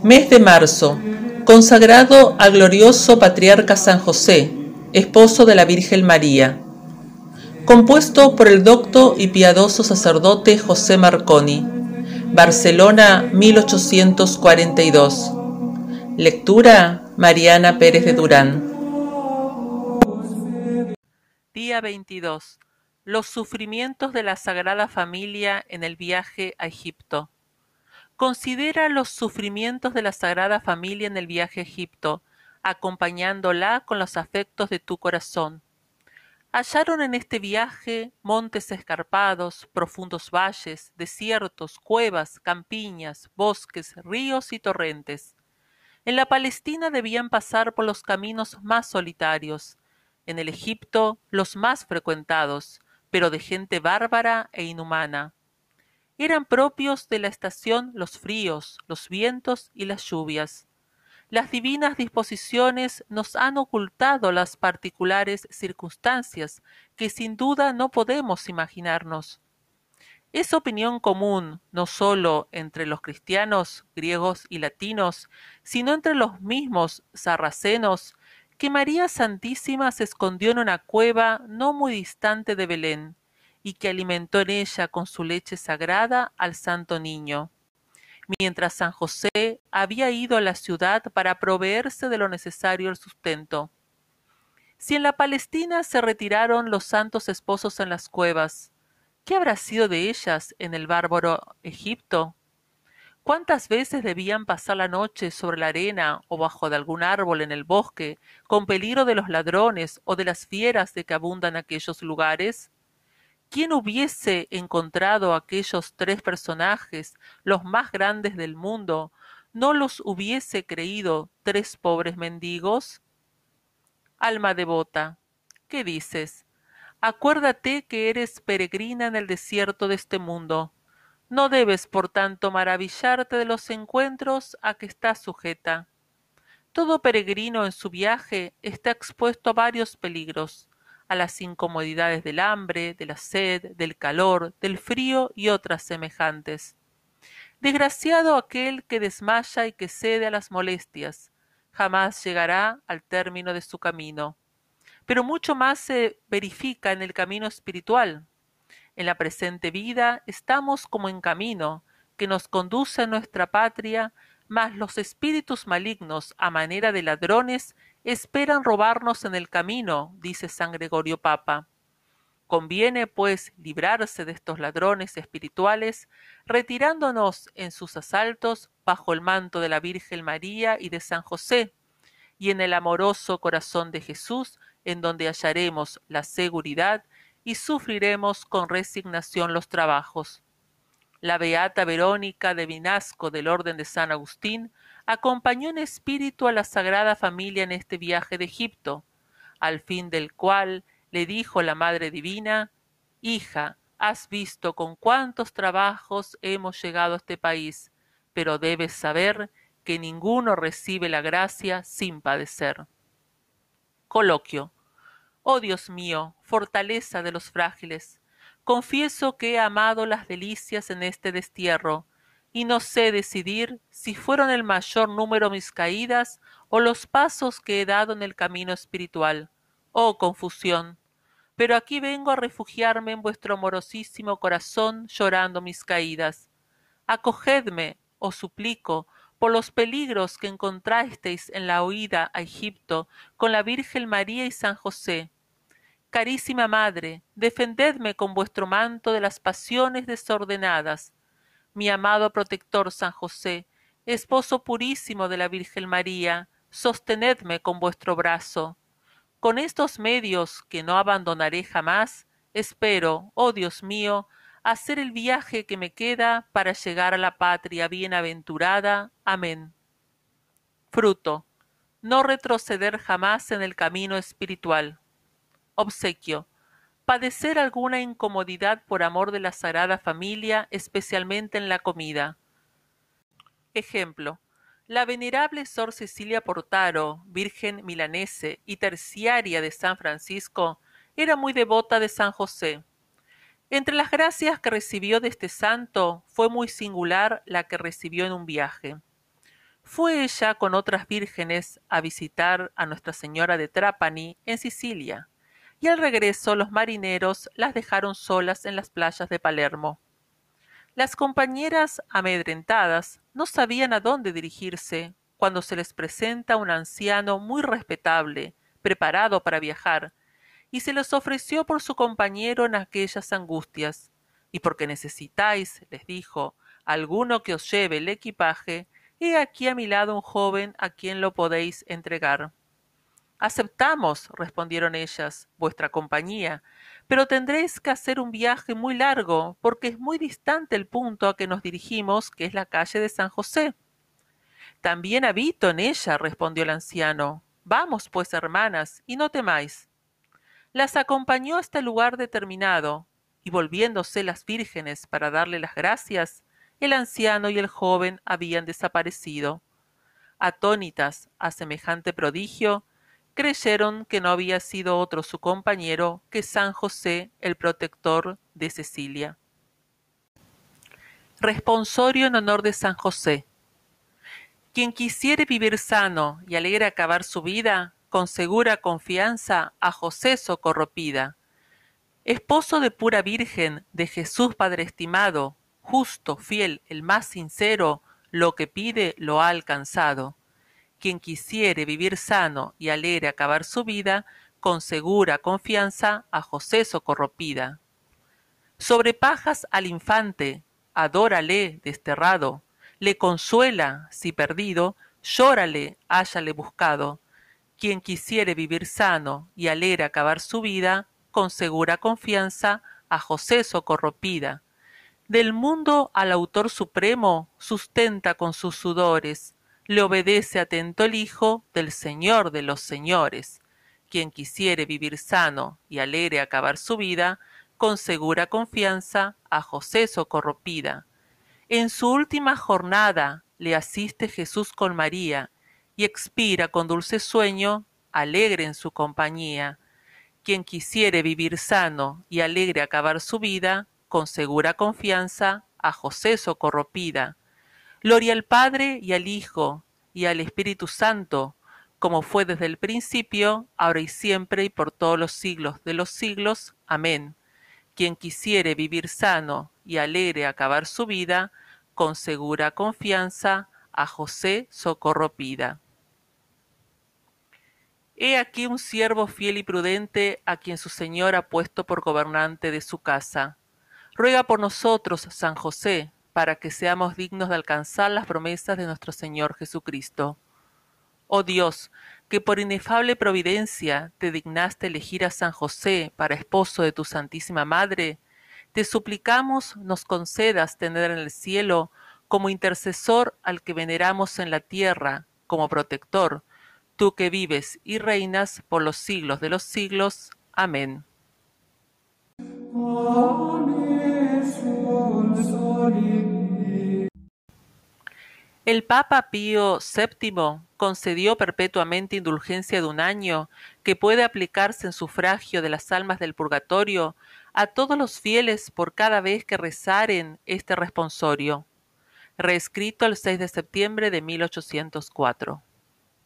Mes de marzo, consagrado al glorioso patriarca San José, esposo de la Virgen María. Compuesto por el docto y piadoso sacerdote José Marconi. Barcelona, 1842. Lectura Mariana Pérez de Durán. Día 22. Los sufrimientos de la Sagrada Familia en el viaje a Egipto. Considera los sufrimientos de la Sagrada Familia en el viaje a Egipto, acompañándola con los afectos de tu corazón. Hallaron en este viaje montes escarpados, profundos valles, desiertos, cuevas, campiñas, bosques, ríos y torrentes. En la Palestina debían pasar por los caminos más solitarios, en el Egipto los más frecuentados, pero de gente bárbara e inhumana. Eran propios de la estación los fríos, los vientos y las lluvias. Las divinas disposiciones nos han ocultado las particulares circunstancias que sin duda no podemos imaginarnos. Es opinión común, no sólo entre los cristianos, griegos y latinos, sino entre los mismos sarracenos, que María Santísima se escondió en una cueva no muy distante de Belén, y que alimentó en ella con su leche sagrada al santo niño, mientras San José había ido a la ciudad para proveerse de lo necesario al sustento. Si en la Palestina se retiraron los santos esposos en las cuevas, ¿qué habrá sido de ellas en el bárbaro Egipto? ¿Cuántas veces debían pasar la noche sobre la arena o bajo de algún árbol en el bosque, con peligro de los ladrones o de las fieras de que abundan aquellos lugares? ¿Quién hubiese encontrado a aquellos tres personajes, los más grandes del mundo, no los hubiese creído tres pobres mendigos? Alma devota, ¿qué dices? Acuérdate que eres peregrina en el desierto de este mundo. No debes, por tanto, maravillarte de los encuentros a que estás sujeta. Todo peregrino en su viaje está expuesto a varios peligros, a las incomodidades del hambre, de la sed, del calor, del frío y otras semejantes. Desgraciado aquel que desmaya y que cede a las molestias, jamás llegará al término de su camino. Pero mucho más se verifica en el camino espiritual. En la presente vida estamos como en camino, que nos conduce a nuestra patria, mas los espíritus malignos, a manera de ladrones, esperan robarnos en el camino, dice San Gregorio Papa. Conviene, pues, librarse de estos ladrones espirituales, retirándonos en sus asaltos bajo el manto de la Virgen María y de San José, y en el amoroso corazón de Jesús, en donde hallaremos la seguridad y sufriremos con resignación los trabajos. La beata Verónica de Vinasco del Orden de San Agustín acompañó en espíritu a la Sagrada Familia en este viaje de Egipto, al fin del cual le dijo la Madre Divina: Hija, has visto con cuántos trabajos hemos llegado a este país, pero debes saber que ninguno recibe la gracia sin padecer. Coloquio. Oh Dios mío, fortaleza de los frágiles, confieso que he amado las delicias en este destierro, y no sé decidir si fueron el mayor número mis caídas o los pasos que he dado en el camino espiritual. Oh confusión. Pero aquí vengo a refugiarme en vuestro amorosísimo corazón, llorando mis caídas. Acogedme, os suplico, por los peligros que encontrasteis en la huida a Egipto con la Virgen María y San José. Carísima Madre, defendedme con vuestro manto de las pasiones desordenadas. Mi amado protector San José, esposo purísimo de la Virgen María, sostenedme con vuestro brazo. Con estos medios, que no abandonaré jamás, espero, oh Dios mío, hacer el viaje que me queda para llegar a la patria bienaventurada. Amén. Fruto: no retroceder jamás en el camino espiritual. Obsequio: padecer alguna incomodidad por amor de la Sagrada Familia, especialmente en la comida. Ejemplo: la venerable Sor Cecilia Portaro, virgen milanese y terciaria de San Francisco, era muy devota de San José. Entre las gracias que recibió de este santo, fue muy singular la que recibió en un viaje. Fue ella con otras vírgenes a visitar a Nuestra Señora de Trapani en Sicilia, y al regreso los marineros las dejaron solas en las playas de Palermo. Las compañeras, amedrentadas, no sabían a dónde dirigirse cuando se les presenta un anciano muy respetable, preparado para viajar, y se los ofreció por su compañero en aquellas angustias. Y porque necesitáis, les dijo, alguno que os lleve el equipaje, he aquí a mi lado un joven a quien lo podéis entregar. Aceptamos, respondieron ellas, vuestra compañía, pero tendréis que hacer un viaje muy largo, porque es muy distante el punto a que nos dirigimos, que es la calle de San José. También habito en ella, respondió el anciano. Vamos, pues, hermanas, y no temáis. Las acompañó hasta el lugar determinado, y volviéndose las vírgenes para darle las gracias, el anciano y el joven habían desaparecido. Atónitas a semejante prodigio, creyeron que no había sido otro su compañero que San José, el protector de Cecilia. Responsorio en honor de San José. Quien quisiere vivir sano y alegre acabar su vida, con segura confianza a José socorro pida. Esposo de pura Virgen, de Jesús Padre estimado, justo, fiel, el más sincero, lo que pide lo ha alcanzado. Quien quisiere vivir sano y alegre acabar su vida, con segura confianza a José socorro pida. Sobre pajas al infante, adórale desterrado, le consuela, si perdido, llórale, háyale buscado. Quien quisiere vivir sano y alegre acabar su vida, con segura confianza a José socorro pida. Del mundo al autor supremo sustenta con sus sudores, le obedece atento el Hijo del Señor de los señores. Quien quisiere vivir sano y alegre acabar su vida, con segura confianza a José socorro pida. En su última jornada le asiste Jesús con María, y expira con dulce sueño, alegre en su compañía. Quien quisiere vivir sano y alegre acabar su vida, con segura confianza a José socorro pida. Gloria al Padre y al Hijo y al Espíritu Santo, como fue desde el principio, ahora y siempre y por todos los siglos de los siglos. Amén. Quien quisiere vivir sano y alegre acabar su vida, con segura confianza a José socorro pida. He aquí un siervo fiel y prudente a quien su Señor ha puesto por gobernante de su casa. Ruega por nosotros, San José, para que seamos dignos de alcanzar las promesas de nuestro Señor Jesucristo. Oh Dios, que por inefable providencia te dignaste elegir a San José para esposo de tu Santísima Madre, te suplicamos nos concedas tener en el cielo como intercesor al que veneramos en la tierra, como protector, tú que vives y reinas por los siglos de los siglos. Amén. El Papa Pío VII concedió perpetuamente indulgencia de 1 año que puede aplicarse en sufragio de las almas del purgatorio a todos los fieles por cada vez que rezaren este responsorio. Reescrito el 6 de septiembre de 1804.